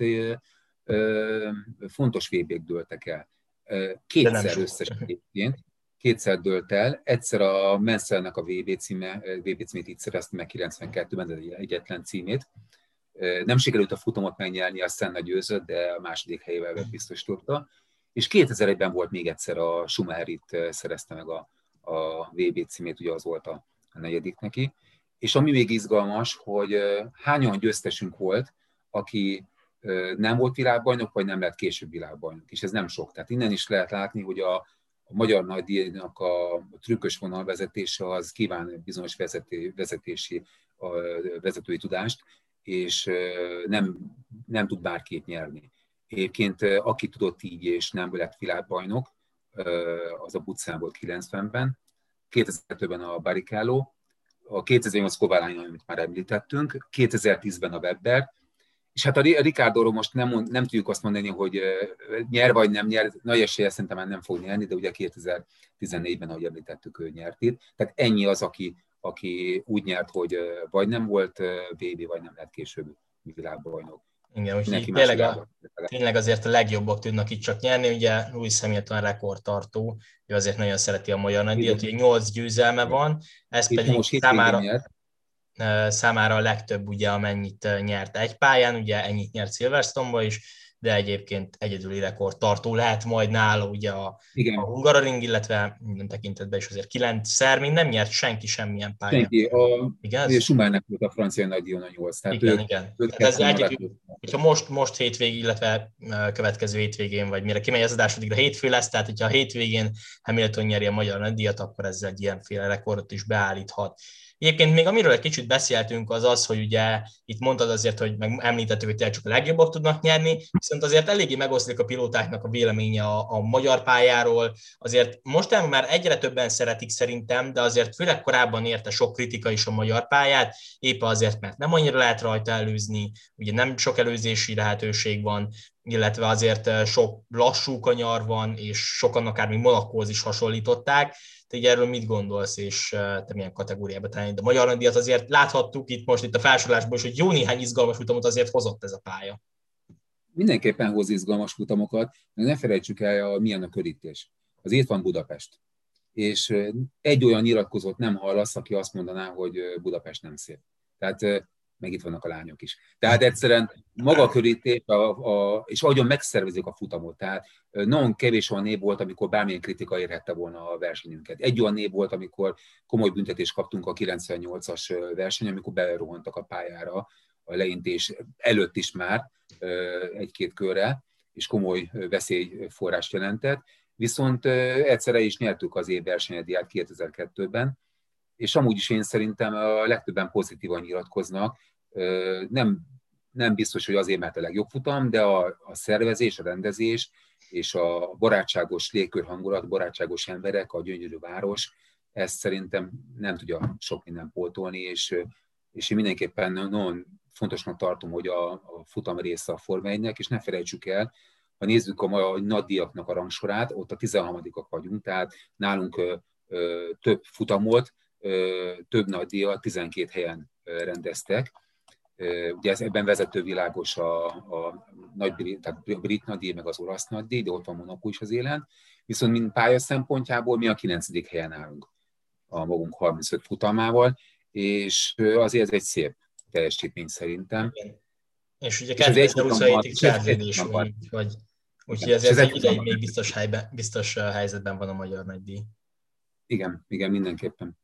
fontos vé bék dőltek el. Kétszer összességként, kétszer dőlt el. Egyszer a Mansellnek a vé bé címe, vé bé címét itt szerezte meg kilencvenkettőben, ez egyetlen címét. Nem sikerült a futamot megnyerni, a Senna győzött, de a második helyével biztosította. És kétezer-egyben volt még egyszer a Schumacher itt szerezte meg a, a vé bé címét, ugye az volt a, a negyedik neki. És ami még izgalmas, hogy hányan győztesünk volt, aki nem volt világbajnok, vagy nem lett később világbajnok. És ez nem sok. Tehát innen is lehet látni, hogy a, a magyar nagydíjnak a, a trükkös vonalvezetése az kíván bizonyos vezeté, vezetési a, vezetői tudást, és nem, nem tud bárkit nyerni. Egyébként aki tudott így, és nem lett világbajnok, az a Bucán volt kilencvenben, kétezer-kettőben a Barrichello, a kétezer-nyolc Kovalainen, amit már említettünk, kétezer-tízben a Webber, és hát a Ricardóról most nem, nem tudjuk azt mondani, hogy nyer vagy nem nyer, nagy esélye szerintem már nem fog nyerni, de ugye kétezer-tizennégyben, ahogy említettük, ő nyert itt. Tehát ennyi az, aki, aki úgy nyert, hogy vagy nem volt vé bé, vagy nem lett később világbajnok. Igen, úgyhogy tényleg, a, tényleg azért a legjobbak tudnak itt csak nyerni, ugye Lewis Hamilton rekordtartó, ő azért nagyon szereti a magyar nagydíjat, ugye nyolc győzelme van, ez pedig számára... számára a legtöbb, ugye, amennyit nyert egy pályán, ugye ennyit nyert Silverstone-ba is, de egyébként egyedüli rekordtartó lehet majd nála ugye a, a Hungaroring, illetve minden tekintetben is azért kilencszer még nem nyert senki semmilyen pályán. Senki, a Schumachernek volt a francia nagydíjon a nyolc. Tehát igen, ők, igen. Ők tehát ez egyedül, hogyha most, most hétvégén, illetve következő hétvégén, vagy mire kimegy az adás, addigra hétfő lesz, tehát hogyha a hétvégén Hamilton nyeri a magyar nagydíjat, akkor ezzel egy ilyenféle rekordot is beállíthat. Egyébként még amiről egy kicsit beszéltünk, az az, hogy ugye itt mondtad azért, hogy meg említettük, hogy tényleg csak a legjobbak tudnak nyerni, viszont azért eléggé megoszlik a pilótáknak a véleménye a, a magyar pályáról. Azért most már egyre többen szeretik szerintem, de azért főleg korábban érte sok kritika is a magyar pályát, épp azért, mert nem annyira lehet rajta előzni, ugye nem sok előzési lehetőség van, illetve azért sok lassú kanyar van, és sokan akár még Monakóhoz is hasonlították. Te így erről mit gondolsz, és te milyen kategóriába találni? De a magyar nagydíjat azért láthattuk itt most itt a felsorolásból is, hogy jó néhány izgalmas futamot azért hozott ez a pálya. Mindenképpen hoz izgalmas futamokat, de ne felejtsük el, milyen a körítés. Az itt van Budapest. És egy olyan nyilatkozót nem hallasz, aki azt mondaná, hogy Budapest nem szép. Tehát meg itt vannak a lányok is. Tehát egyszerűen maga a körítés, a, a, és ahogyan megszervezik a futamot. Tehát nagyon kevés olyan név volt, amikor bármilyen kritika érhette volna a versenyünket. Egy olyan név volt, amikor komoly büntetést kaptunk a kilencvennyolcas verseny, amikor berohantak a pályára a leintés előtt is már egy-két körre, és komoly veszélyforrást jelentett. Viszont egyszerre is nyertük az év versenyedíját kétezer-kettőben, és amúgy is én szerintem a legtöbben pozitívan nyilatkoznak. Nem, nem biztos, hogy azért, mert a legjobb futam, de a, a szervezés, a rendezés és a barátságos légkör hangulat, barátságos emberek, a gyönyörű város, ezt szerintem nem tudja sok minden pótolni, és, és én mindenképpen nagyon fontosnak tartom, hogy a, a futam része a Forma egynek, és ne felejtsük el, ha nézzük a, a nagydíjaknak a rangsorát, ott a tizenharmadikak vagyunk, tehát nálunk ö, ö, több futamot, ö, több nagydíjat tizenkét helyen ö, rendeztek. Ö, ugye ez, ebben vezető világos a, a, nagy, tehát a brit nagydíj, meg az olasz nagydíj, de ott van Monaco is az élen. Viszont mint pálya szempontjából mi a kilencedik helyen állunk a magunk harmincöt futamával, és azért ez egy szép teljesítmény szerintem. Igen. És ugye kétezer-huszonhétig szerződés van, vagy úgyhogy ezért ez egy ideig még biztos, helyben, biztos helyzetben van a magyar nagydíj. Igen, igen, mindenképpen.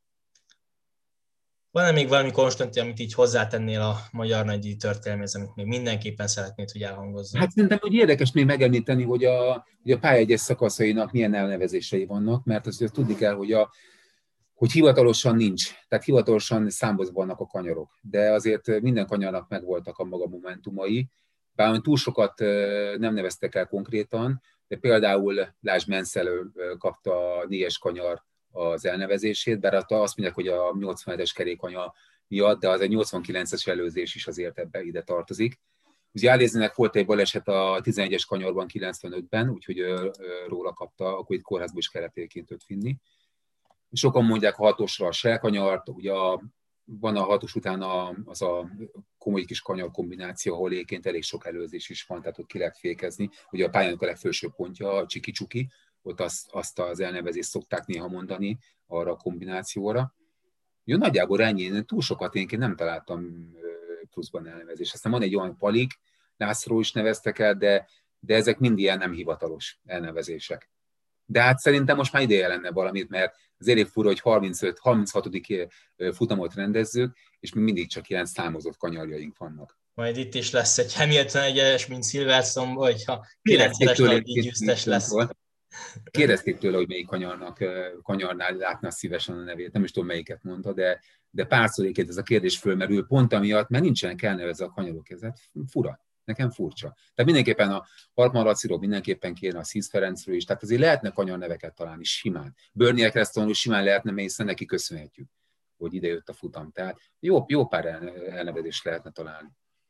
Van-e még valami konstantia, amit így hozzátennél a magyar nagydíj történelméhez, amit még mindenképpen szeretnéd, hogy elhangozzon? Hát szerintem, hogy érdekes még megemlíteni, hogy a, hogy a pálya egyes szakaszainak milyen elnevezései vannak, mert azt tudni kell, hogy a hogy hivatalosan nincs, tehát hivatalosan számban vannak a kanyarok, de azért minden kanyarnak megvoltak a maga momentumai, bár túl sokat nem neveztek el konkrétan, de például Lásd Menzel kapta a négyes kanyar az elnevezését, bár azt mondják, hogy a nyolcvanhetes kerékanya miatt, de az egy nyolcvankilences előzés is azért ebbe ide tartozik. Ugye Alézinek volt egy baleset a tizenegyes kanyarban kilencvenötben, úgyhogy róla kapta, akkor itt kórházba is kellett egyébként vinni. Sokan mondják a hatosra a selkanyart, ugye a, van a hatos után a, az a komoly kis kanyar kombináció, ahol egyébként elég sok előzés is van, tehát ott ki lehet fékezni. Ugye a pályának a legfelső pontja a csiki-csuki, ott azt, azt az elnevezést szokták néha mondani arra a kombinációra. Jó, nagyjából ennyi, túl sokat én nem találtam pluszban elnevezést. Aztán van egy olyan Palik, László is neveztek el, de, de ezek mind ilyen nem hivatalos elnevezések. De hát szerintem most már ideje lenne valamit, mert az elég fura, hogy harmincöt harminchatodik futamot rendezzük, és mi mindig csak ilyen számozott kanyarjaink vannak. Majd itt is lesz egy Hamilton egyes, mint Silverstone-ban, hogyha kilencszeres nagydíj győztes lesz. Kérdezték tőle, hogy melyik kanyarnak, kanyarnál látna szívesen a nevét, nem is tudom melyiket mondta, de, de párszor ez a kérdés fölmerül pont amiatt, mert nincsenek elnevezve a kanyarok, ez hát fura. Nekem furcsa. Tehát mindenképpen a Hartmann Laciról mindenképpen kéne, a Szísz Ferencről is, tehát azért lehetne kanyarneveket találni simán. Bernie Ecclestonról simán lehetne, mert hiszen neki köszönhetjük, hogy ide jött a futam. Tehát jó, jó pár elnevezést lehetne találni.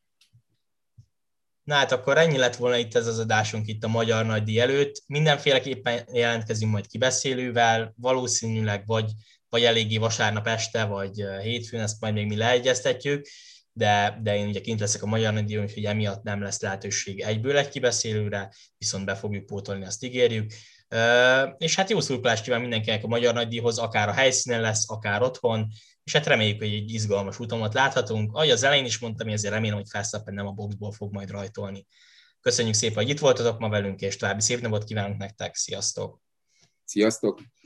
Na hát akkor ennyi lett volna itt ez az adásunk itt a Magyar Nagydíj előtt. Mindenféleképpen jelentkezünk majd kibeszélővel, valószínűleg vagy, vagy eléggé vasárnap este, vagy hétfőn, ezt majd még mi leegyeztetjük. De, de én ugye kint leszek a Magyar Nagydíjon, úgyhogy emiatt nem lesz lehetőség egyből egy kibeszélőre, viszont be fogjuk pótolni, azt ígérjük. És hát jó szurkolást kíván mindenkinek a Magyar Nagydíjhoz, akár a helyszínen lesz, akár otthon, és hát reméljük, hogy egy izgalmas utamot láthatunk. Ahogy az elején is mondtam, ezért remélem, hogy Verstappen nem a boxból fog majd rajtolni. Köszönjük szépen, hogy itt voltatok ma velünk, és további szép napot kívánunk nektek. Sziasztok! Sziasztok!